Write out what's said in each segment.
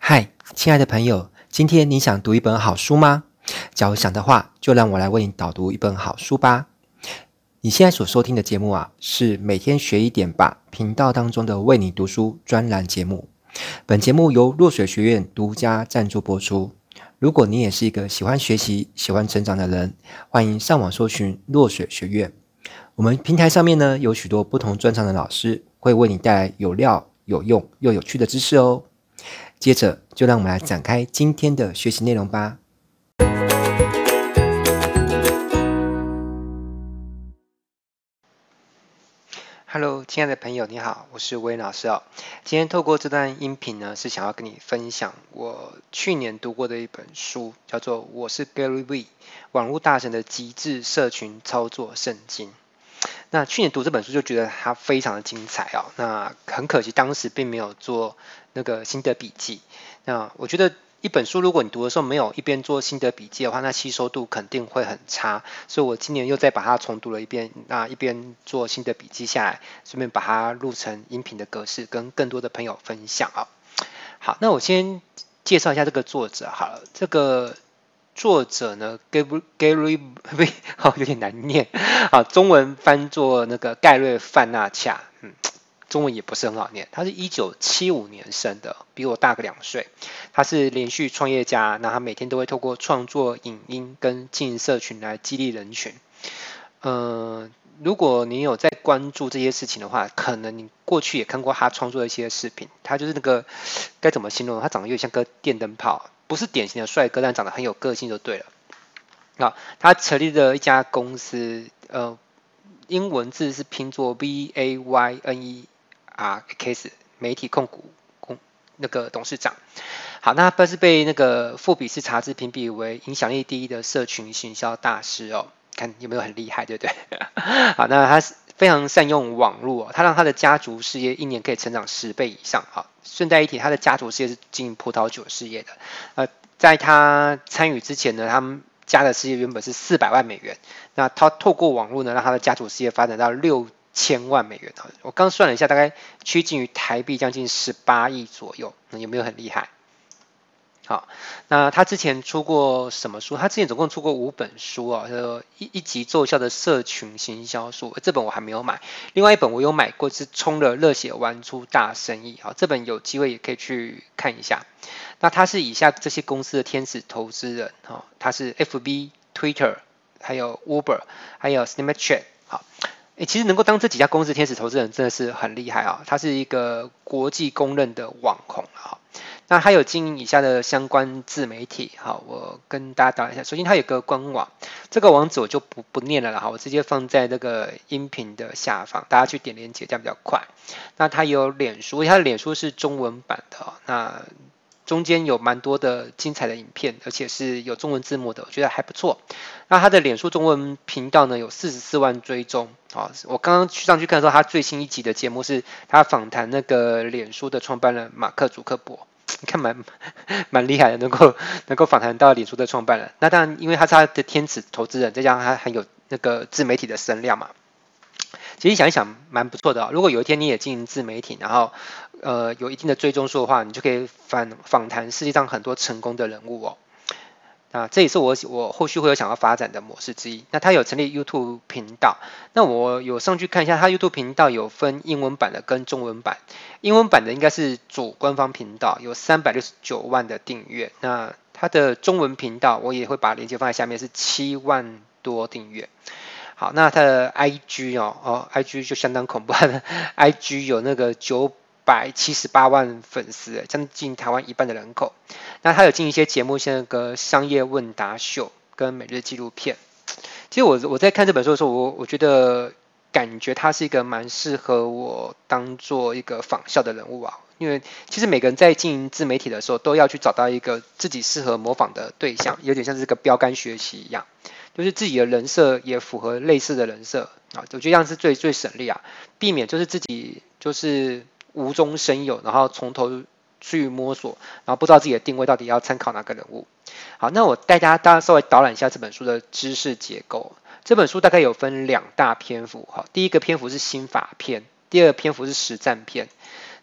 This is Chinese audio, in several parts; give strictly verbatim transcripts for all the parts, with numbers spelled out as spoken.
嗨，亲爱的朋友，今天你想读一本好书吗？假如想的话，就让我来为你导读一本好书吧。你现在所收听的节目啊，是每天学一点吧频道当中的为你读书专栏节目。本节目由落水学院独家赞助播出。如果你也是一个喜欢学习、喜欢成长的人，欢迎上网搜寻落水学院。我们平台上面呢，有许多不同专长的老师，会为你带来有料、有用又有趣的知识哦。接着，就让我们来展开今天的学习内容吧。Hello， 亲爱的朋友，你好，我是威老师哦。今天透过这段音频呢，是想要跟你分享我去年读过的一本书，叫做《我是 Gary V， 网络大神的极致社群操作圣经》。那去年读这本书就觉得它非常的精彩哦，那很可惜当时并没有做那个心得笔记。那我觉得一本书如果你读的时候没有一边做心得笔记的话，那吸收度肯定会很差，所以我今年又再把它重读了一遍，那一边做心得笔记下来，顺便把它录成音频的格式跟更多的朋友分享啊。好，那我先介绍一下这个作者好了，这个作者呢 Gary Gary V 好有点难念啊，中文翻作那个盖瑞范纳恰，嗯，中文也不是很好念。他是一九七五年生的，比我大个两岁。他是连续创业家，那他每天都会透过创作影音跟经营社群来激励人群。呃，如果你有在关注这些事情的话，可能你过去也看过他创作的一些视频。他就是那个该怎么形容？他长得有点像个电灯泡，不是典型的帅哥，但长得很有个性就对了。啊，他成立了一家公司，呃，英文字是拼作 V A Y N E R X， 媒体控股公那个董事长。好，那他是被那个富比士杂志评比为影响力第一的社群行销大师哦。看有没有很厉害，对不对？好，那他非常善用网络、哦，他让他的家族事业一年可以成长十倍以上。好，顺带一提，他的家族事业是经营葡萄酒事业的。呃，在他参与之前呢，他们家的事业原本是四百万美元，那他透过网络呢，让他的家族事业发展到六千万美元。我刚算了一下，大概趋近于台币将近十八亿左右，那有没有很厉害？好，那他之前出过什么书？他之前总共出过五本书啊，呃，一一级奏效的社群行销书，这本我还没有买。另外一本我有买过，是冲了热血玩出大生意，好，这本有机会也可以去看一下。那他是以下这些公司的天使投资人，哈，他是 F B、Twitter， 还有 Uber， 还有 Snapchat， 好。欸、其实能够当这几家公司天使投资人真的是很厉害啊！他是一个国际公认的网红啊。那他有经营以下的相关自媒体，好，我跟大家打一下。首先，他有个官网，这个网址我就不不念了啦，我直接放在那个音频的下方，大家去点连结，这样比较快。那他有脸书，他的脸书是中文版的、哦，那中间有蛮多的精彩的影片，而且是有中文字幕的，我觉得还不错。那他的脸书中文频道呢有四十四万追踪啊、哦！我刚刚去上去看的时候，他最新一集的节目是他访谈那个脸书的创办人马克·祖克伯。你看蛮蛮厉害的，能够能够访谈到脸书的创办人。那当然，因为他是他的天使投资人，再加上他很有那个自媒体的声量嘛。其实想一想蛮不错的、哦。如果有一天你也经营自媒体，然后呃有一定的追踪数的话，你就可以访访谈世界上很多成功的人物哦。啊，这也是我我后续会有想要发展的模式之一。那他有成立 YouTube 频道，那我有上去看一下，他 YouTube 频道有分英文版的跟中文版。英文版的应该是主官方频道，有三百六十九万的订阅。那他的中文频道我也会把链接放在下面，是七万多订阅。好，那他的 I G 哦，哦 I G 就相当恐怖的，I G 有那个九百七十八万粉丝，将近台湾一半的人口。那他有进一些节目，像那个商业问答秀跟每日纪录片。其实我我在看这本书的时候，我我觉得感觉他是一个蛮适合我当做一个仿效的人物啊。因为其实每个人在经营自媒体的时候，都要去找到一个自己适合模仿的对象，有点像是这个标杆学习一样。就是自己的人设也符合类似的人设啊，我觉得这样是最最省力啊，避免就是自己就是无中生有，然后从头去摸索，然后不知道自己的定位到底要参考哪个人物。好，那我带大家大家稍微导览一下这本书的知识结构。这本书大概有分两大篇幅，哈，第一个篇幅是心法篇，第二个篇幅是实战篇。那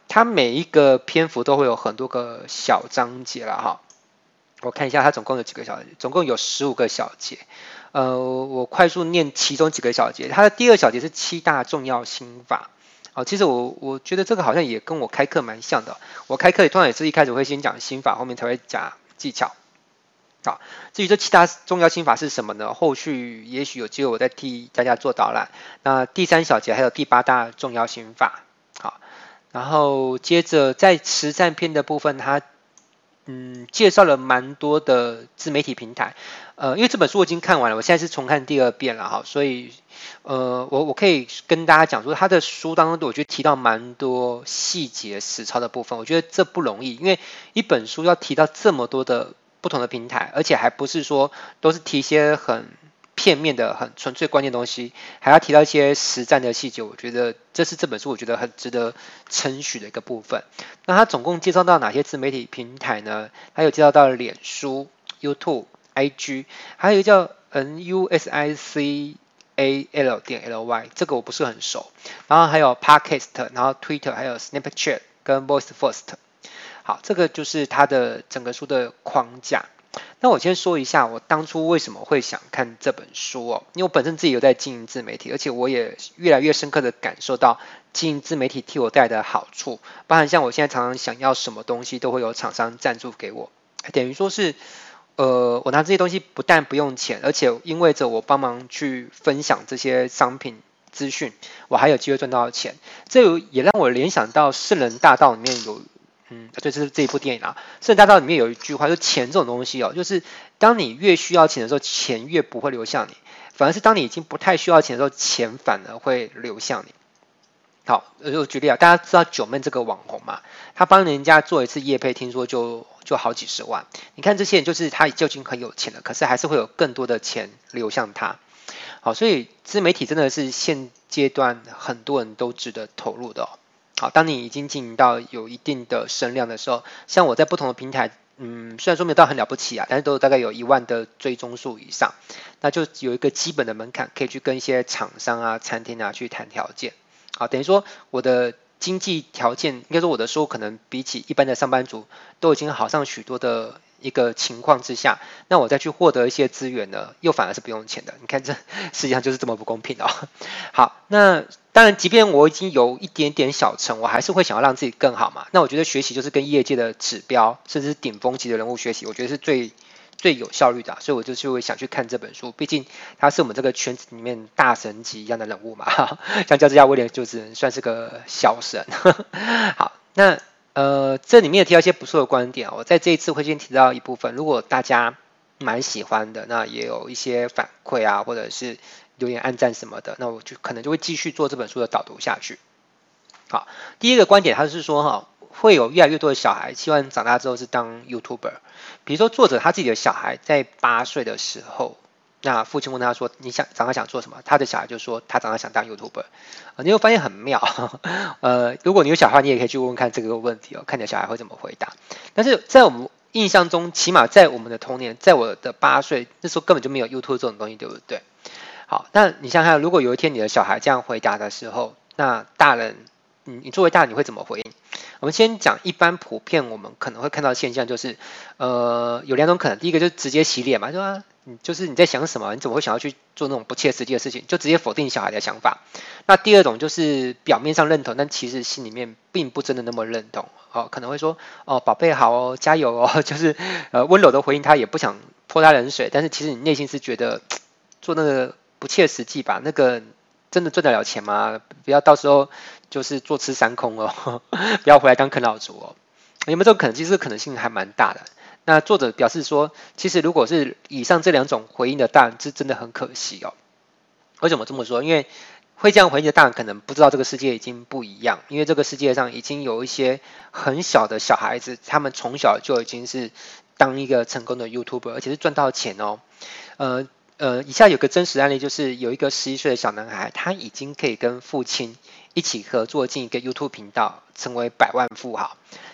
它每一个篇幅都会有很多个小章节啦哈。我看一下它总共有几个小节，总共有十五个小节。呃，我快速念其中几个小节。它的第二小节是七大重要心法。哦，其实我我觉得这个好像也跟我开课蛮像的。我开课通常也是一开始会先讲心法，后面才会讲技巧。好，至于这七大重要心法是什么呢？后续也许有机会我再替大家做导览。那第三小节还有第八大重要心法。好，然后接着在实战篇的部分，它嗯介绍了蛮多的自媒体平台。呃，因为这本书我已经看完了，我现在是重看第二遍了哈，所以呃我我可以跟大家讲说，他的书当中我觉得提到蛮多细节实操的部分，我觉得这不容易，因为一本书要提到这么多的不同的平台，而且还不是说都是提一些很片面的、很纯粹关键的东西，还要提到一些实战的细节，我觉得这是这本书我觉得很值得称许的一个部分。那他总共介绍到哪些自媒体平台呢？他有介绍到脸书、YouTube、I G， 还有一个叫 N U S I C A L 点 L Y， 这个我不是很熟。然后还有 Podcast， 然后 Twitter， 还有 Snapchat 跟 Voice First。好，这个就是它的整个书的框架。那我先说一下我当初为什么会想看这本书哦，因为我本身自己有在经营自媒体，而且我也越来越深刻的感受到经营自媒体替我带来的好处，包含像我现在常常想要什么东西都会有厂商赞助给我，等于说是呃我拿这些东西不但不用钱，而且因为着我帮忙去分享这些商品资讯，我还有机会赚到钱。这也让我联想到圣人大道里面有嗯，对，这是这一部电影啊，《圣人大道》里面有一句话，就钱这种东西哦，就是当你越需要钱的时候，钱越不会流向你，反而是当你已经不太需要钱的时候，钱反而会流向你。好，就举例啊，大家知道九妹这个网红嘛，他帮人家做一次业配，听说就就好几十万。你看这些人就是他就已经很有钱了，可是还是会有更多的钱流向他。好，所以自媒体真的是现阶段很多人都值得投入的哦。好，当你已经经营到有一定的声量的时候，像我在不同的平台，嗯，虽然说没有到很了不起啊，但是都大概有一万的追踪数以上，那就有一个基本的门槛，可以去跟一些厂商啊、餐厅啊去谈条件。好，等于说我的经济条件，应该说我的收入可能比起一般的上班族都已经好上许多的一个情况之下，那我再去获得一些资源呢，又反而是不用钱的。你看这世界上就是这么不公平哦。好，那当然，即便我已经有一点点小成，我还是会想要让自己更好嘛。那我觉得学习就是跟业界的指标，甚至是顶峰级的人物学习，我觉得是最最有效率的啊，所以我就会想去看这本书。毕竟他是我们这个圈子里面大神级一样的人物嘛，像乔治亚威廉就只能算是个小神。好，那呃这里面也提到一些不错的观点，我在这一次会先提到一部分，如果大家蛮喜欢的，那也有一些反馈啊，或者是留言按赞什么的，那我就可能就会继续做这本书的导读下去。好，第一个观点他是说哈，会有越来越多的小孩希望长大之后是当 YouTuber。比如说作者他自己的小孩在八岁的时候，那父亲问他说你想长大想做什么？他的小孩就说他长大想当 YouTuber。呃、你会发现很妙，呃，如果你有小孩，你也可以去问问看这个问题哦，看你的小孩会怎么回答。但是在我们印象中，起码在我们的童年，在我的八岁那时候根本就没有 YouTube 这种东西，对不对？好，那你想想看，如果有一天你的小孩这样回答的时候，那大人，你你作为大人你会怎么回应？我们先讲一般普遍我们可能会看到的现象，就是呃有两种可能，第一个就是直接洗脸嘛，对吧？你就是你在想什么？你怎么会想要去做那种不切实际的事情？就直接否定小孩的想法。那第二种就是表面上认同，但其实心里面并不真的那么认同。哦，可能会说哦宝贝好哦，加油哦，就是呃温柔的回应他，也不想泼他冷水，但是其实你内心是觉得做那个不切实际吧？那个真的赚得了钱吗？不要到时候就是坐吃山空哦，不要回来当啃老族哦。有没有这种可能？其实可能性还蛮大的。那作者表示说，其实如果是以上这两种回应的大人，是真的很可惜哦。为什么这么说？因为会这样回应的大人可能不知道这个世界已经不一样，因为这个世界上已经有一些很小的小孩子，他们从小就已经是当一个成功的 YouTuber， 而且是赚到钱哦。呃呃，以下有个真实案例，就是有一个十一岁的小男孩，他已经可以跟父亲一起合作进一个 YouTube 频道，成为百万富豪。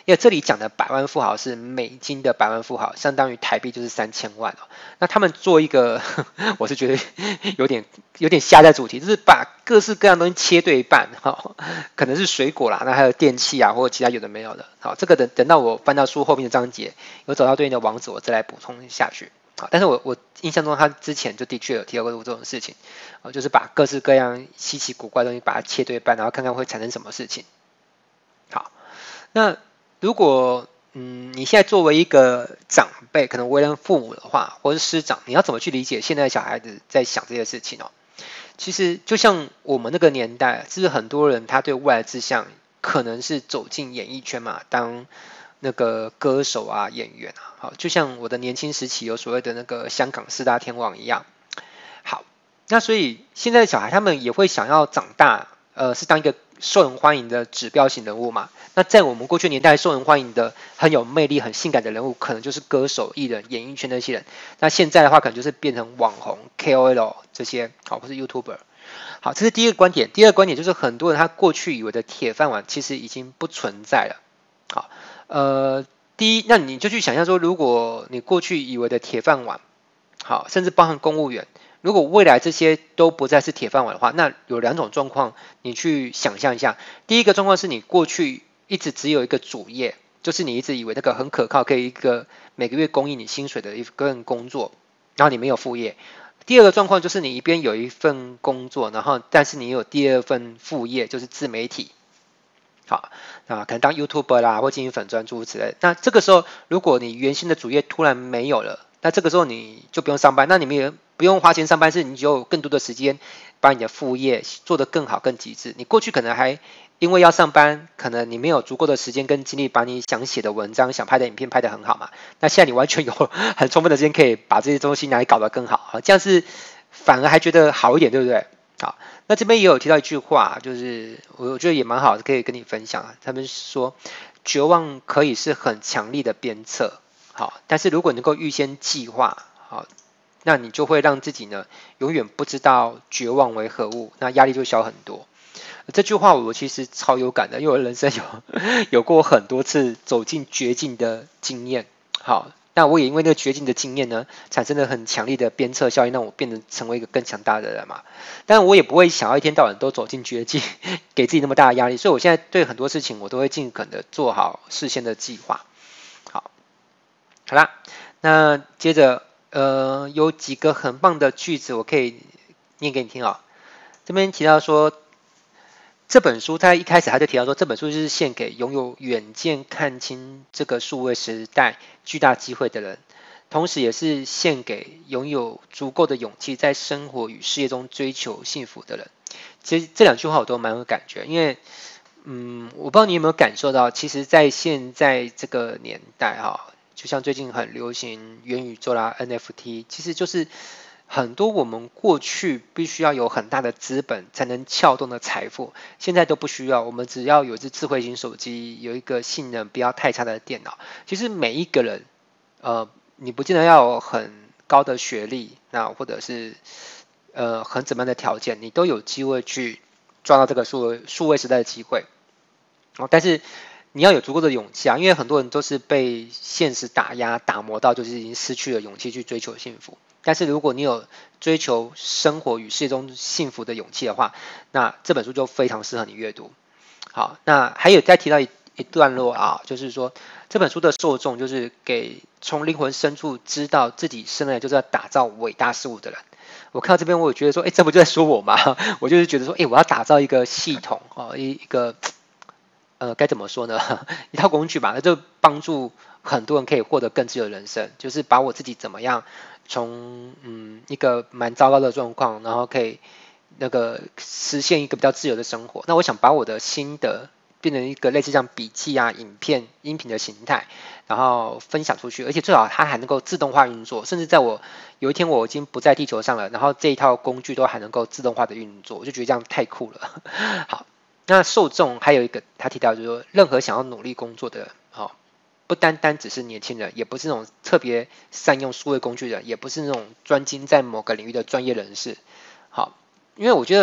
因为这里讲的百万富豪是美金的百万富豪，相当于台币就是三千万哦。那他们做一个，我是觉得有点有点瞎在主题，就是把各式各样东西切对半，哈，可能是水果啦，那还有电器啊，或者其他有的没有的。好，这个等等到我翻到书后面的章节，有找到对应的网址，我再来补充下去。好，但是我我印象中他之前就的确有提到过这种事情，哦，就是把各式各样稀奇古怪的东西把它切对半，然后看看会产生什么事情。好，那如果嗯你现在作为一个长辈，可能为人父母的话，或是师长，你要怎么去理解现在的小孩子在想这些事情哦？其实就像我们那个年代，是不是很多人他对未来志向可能是走进演艺圈嘛，当那个歌手啊、演员啊，好，就像我的年轻时期有所谓的那个香港四大天王一样。好，那所以现在的小孩他们也会想要长大，呃，是当一个受人欢迎的指标型人物嘛？那在我们过去年代受人欢迎的、很有魅力、很性感的人物，可能就是歌手、艺人、演艺圈那些人。那现在的话，可能就是变成网红、K O L 这些，好，或是 YouTuber。好，这是第一个观点。第二个观点就是很多人他过去以为的铁饭碗，其实已经不存在了。好，呃，第一，那你就去想象说，如果你过去以为的铁饭碗，好，甚至包含公务员，如果未来这些都不再是铁饭碗的话，那有两种状况，你去想象一下。第一个状况是你过去一直只有一个主业，就是你一直以为那个很可靠，可以一个每个月供应你薪水的一份工作，然后你没有副业。第二个状况就是你一边有一份工作，然后但是你有第二份副业，就是自媒体。好，啊，可能当 YouTuber 啦，或经营粉专诸如此类。那这个时候，如果你原先的主业突然没有了，那这个时候你就不用上班，那你们也不用花钱上班，是你就有更多的时间把你的副业做得更好、更极致。你过去可能还因为要上班，可能你没有足够的时间跟精力把你想写的文章、想拍的影片拍得很好嘛。那现在你完全有很充分的时间可以把这些东西拿来搞得更好，这样是反而还觉得好一点，对不对？好，那这边也有提到一句话，就是我觉得也蛮好的，可以跟你分享啊。他们说，绝望可以是很强力的鞭策，好，但是如果能够预先计划，好，那你就会让自己呢永远不知道绝望为何物，那压力就小很多。这句话我其实超有感的，因为我人生有有过很多次走进绝境的经验，好。那我也因为那个绝境的经验呢，产生了很强力的鞭策效应，让我变得成为一个更强大的人嘛。但我也不会想要一天到晚都走进绝境，给自己那么大的压力。所以我现在对很多事情，我都会尽可能的做好事先的计划。好，好啦，那接着呃有几个很棒的句子，我可以念给你听啊。这边提到说，这本书在一开始他就提到说，这本书就是献给拥有远见、看清这个数位时代巨大机会的人，同时也是献给拥有足够的勇气在生活与事业中追求幸福的人。其实这两句话我都蛮有感觉，因为嗯，我不知道你有没有感受到，其实在现在这个年代哈，就像最近很流行元宇宙啦、N F T， 其实就是很多我们过去必须要有很大的资本才能撬动的财富，现在都不需要，我们只要有一只智慧型手机，有一个性能不要太差的电脑，其实每一个人，呃，你不见得要有很高的学历，那或者是呃很怎么样的条件，你都有机会去抓到这个数位数位时代的机会。哦，但是你要有足够的勇气啊，因为很多人都是被现实打压、打磨到，就是已经失去了勇气去追求幸福。但是如果你有追求生活与世界中幸福的勇气的话，那这本书就非常适合你阅读。好，那还有再提到一一段落啊，就是说这本书的受众就是给从灵魂深处知道自己生来就是要打造伟大事物的人。我看到这边，我也觉得说，哎，这不就在说我吗？我就是觉得说，哎，我要打造一个系统哦，一一个呃，该怎么说呢？一套工具吧，那就帮助很多人可以获得更自由的人生，就是把我自己怎么样从嗯一个蛮糟糕的状况，然后可以那个实现一个比较自由的生活。那我想把我的心得变成一个类似像笔记啊、影片、音频的形态，然后分享出去，而且最好它还能够自动化运作，甚至在我有一天我已经不在地球上了，然后这一套工具都还能够自动化的运作，我就觉得这样太酷了。好。那受众还有一个，他提到就是说，任何想要努力工作的人，好、哦，不单单只是年轻人，也不是那种特别善用数位工具的人，也不是那种专精在某个领域的专业人士，好，因为我觉得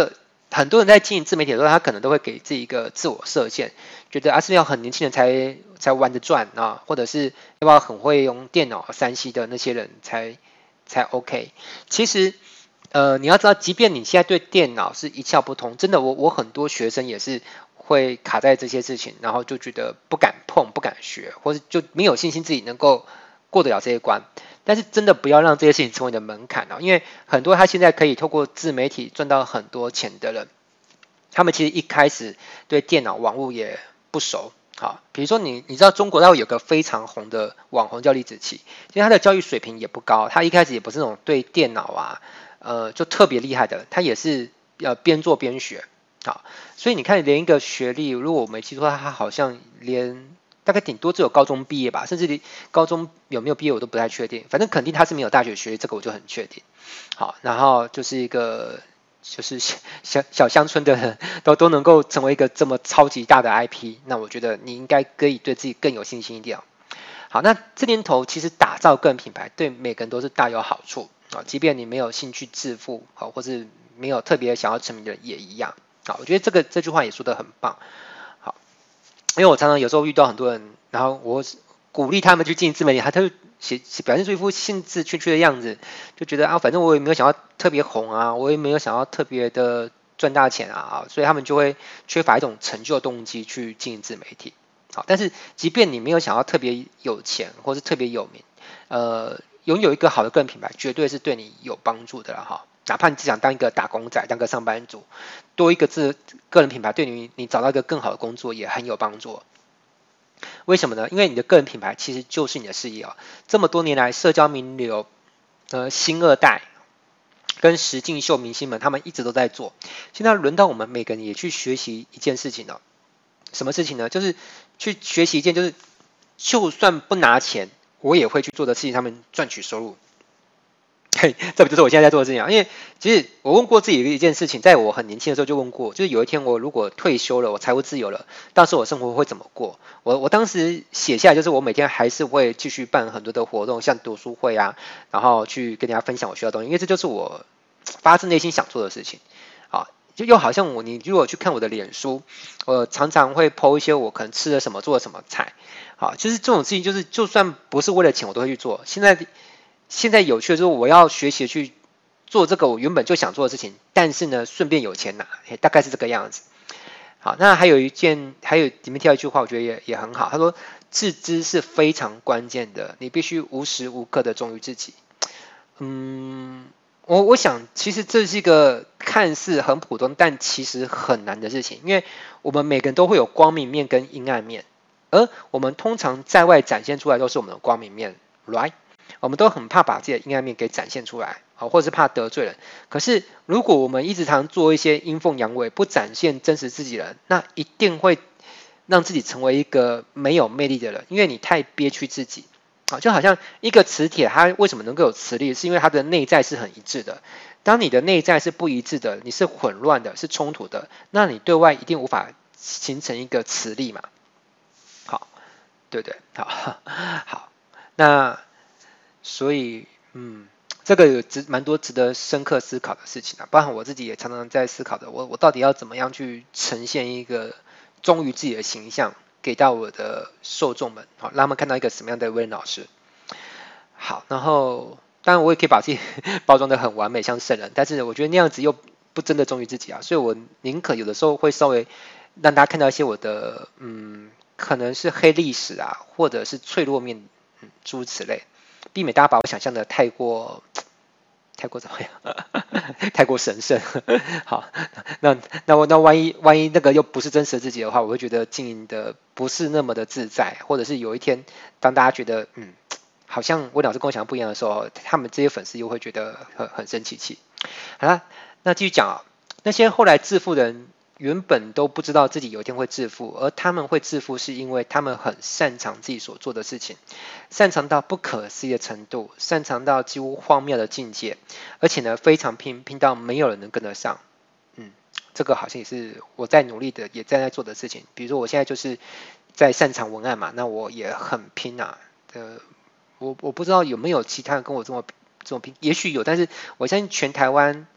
很多人在经营自媒体的时候，他可能都会给自己一个自我设限，觉得啊是要很年轻人才才玩得转啊，或者是要不要很会用电脑三 C 的那些人才才 OK。其实呃你要知道，即便你现在对电脑是一窍不通，真的我我很多学生也是会卡在这些事情，然后就觉得不敢碰、不敢学，或者就没有信心自己能够过得了这些关。但是真的不要让这些事情成为你的门槛哦，因为很多他现在可以透过自媒体赚到很多钱的人，他们其实一开始对电脑网络也不熟。好，比如说你你知道中国大陆有个非常红的网红叫李子柒，其实他的教育水平也不高，他一开始也不是那种对电脑啊呃就特别厉害的人，他也是呃边做边学。好，所以你看连一个学历，如果我没记错，他好像连大概顶多只有高中毕业吧，甚至高中有没有毕业我都不太确定，反正肯定他是没有大学学历，这个我就很确定。好，然后就是一个就是小小小乡村的人都都能够成为一个这么超级大的 I P， 那我觉得你应该可以对自己更有信心一点。好，那这年头其实打造个人品牌对每个人都是大有好处啊，即便你没有兴趣致富啊，或是没有特别想要成名的人也一样。好，我觉得这个这句话也说得很棒。好，因为我常常有时候遇到很多人，然后我鼓励他们去经营自媒体，他就写表现出一副兴致缺缺的样子，就觉得啊，反正我也没有想要特别红啊，我也没有想要特别的赚大钱啊，所以他们就会缺乏一种成就动机去经营自媒体。好，但是即便你没有想要特别有钱或是特别有名，呃，拥有一个好的个人品牌，绝对是对你有帮助的了哈。哪怕你只想当一个打工仔，当个上班族，多一个自个人品牌，对你你找到一个更好的工作也很有帮助。为什么呢？因为你的个人品牌其实就是你的事业啊。这么多年来，社交名流、呃新二代跟实境秀明星们，他们一直都在做。现在轮到我们每个人也去学习一件事情了。什么事情呢？就是去学习一件，就是就算不拿钱，我也会去做的事情，他们赚取收入。嘿，这不就是我现在在做的事情啊？因为其实我问过自己一件事情，在我很年轻的时候就问过，就是有一天我如果退休了，我财务自由了，到时候我生活会怎么过？我我当时写下来，就是我每天还是会继续办很多的活动，像读书会啊，然后去跟大家分享我学到的东西，因为这就是我发自内心想做的事情。好，就又好像我，你如果去看我的脸书，我常常会 po 一些我可能吃了什么，做了什么菜。好，就是这种事情，就是就算不是为了钱，我都会去做。现在。现在有趣的是，我要学习去做这个我原本就想做的事情，但是呢，顺便有钱拿，大概是这个样子。好，那还有一件，还有里面提到一句话，我觉得也也很好。他说，自知是非常关键的，你必须无时无刻的忠于自己。嗯，我我想，其实这是一个看似很普通，但其实很难的事情，因为我们每个人都会有光明面跟阴暗面，而我们通常在外展现出来都是我们的光明面 ，right？我们都很怕把自己的阴暗面给展现出来，或者是怕得罪人。可是如果我们一直常做一些阴奉阳违，不展现真实自己的人，那一定会让自己成为一个没有魅力的人，因为你太憋屈自己。就好像一个磁铁，它为什么能够有磁力，是因为它的内在是很一致的。当你的内在是不一致的，你是混乱的，是冲突的，那你对外一定无法形成一个磁力嘛。好，对不对？好，好，那。所以，嗯，这个有值蛮多值得深刻思考的事情啊，包含我自己也常常在思考的，我我到底要怎么样去呈现一个忠于自己的形象，给到我的受众们，好，让他们看到一个什么样的威廉老师。好，然后当然我也可以把自己包装的很完美，像圣人，但是我觉得那样子又不真的忠于自己啊，所以我宁可有的时候会稍微让大家看到一些我的，嗯，可能是黑历史啊，或者是脆弱面，嗯，诸如此类。避免大家把我想象的太过太过怎么样，太过神圣。好，那那我那万一万一那个又不是真实的自己的话，我会觉得经营的不是那么的自在，或者是有一天当大家觉得嗯，好像我老师跟我想的不一样的时候，他们这些粉丝又会觉得很很生气气。好了，那继续讲啊，那些后来致富的人。原本都不知道自己有一天会致富，而他们会致富是因为他们很擅长自己所做的事情，擅长到不可思议的程度，擅长到几乎荒谬的境界，而且呢非常拼，拼到没有人能跟得上。嗯，这个好像也是我在努力的，也在在做的事情。比如说我现在就是在擅长文案嘛，那我也很拼啊。呃，我我不知道有没有其他人跟我这么这么拼，也许有，但是我相信全台湾。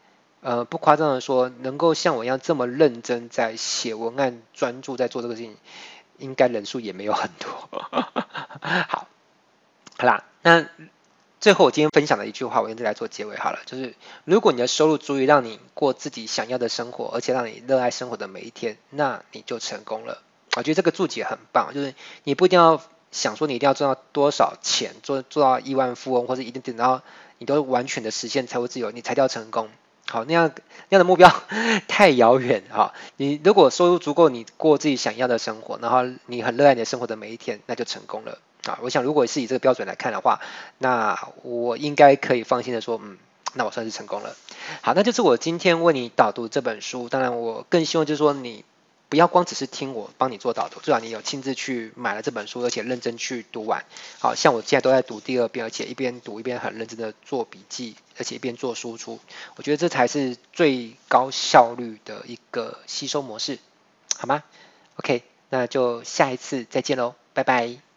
呃，不夸张的说，能够像我一样这么认真在写文案、专注在做这个事情，应该人数也没有很多。好，好啦，那最后我今天分享的一句话，我用这来做结尾好了，就是如果你的收入足以让你过自己想要的生活，而且让你热爱生活的每一天，那你就成功了。我觉得这个注解很棒，就是你不一定要想说你一定要赚到多少钱，做做到亿万富翁，或者一定等到你都完全的实现财务自由，你才叫成功。好，那样那样的目标太遥远哈。你如果收入足够，你过自己想要的生活，然后你很热爱你的生活的每一天，那就成功了啊。我想如果是以这个标准来看的话，那我应该可以放心的说，嗯，那我算是成功了。好，那就是我今天为你导读这本书。当然，我更希望就是说你不要光只是听我帮你做导读，最好你有亲自去买了这本书，而且认真去读完。好像我现在都在读第二遍，而且一边读一边很认真的做笔记，而且一边做输出。我觉得这才是最高效率的一个吸收模式，好吗？OK，那就下一次再见喽，拜拜。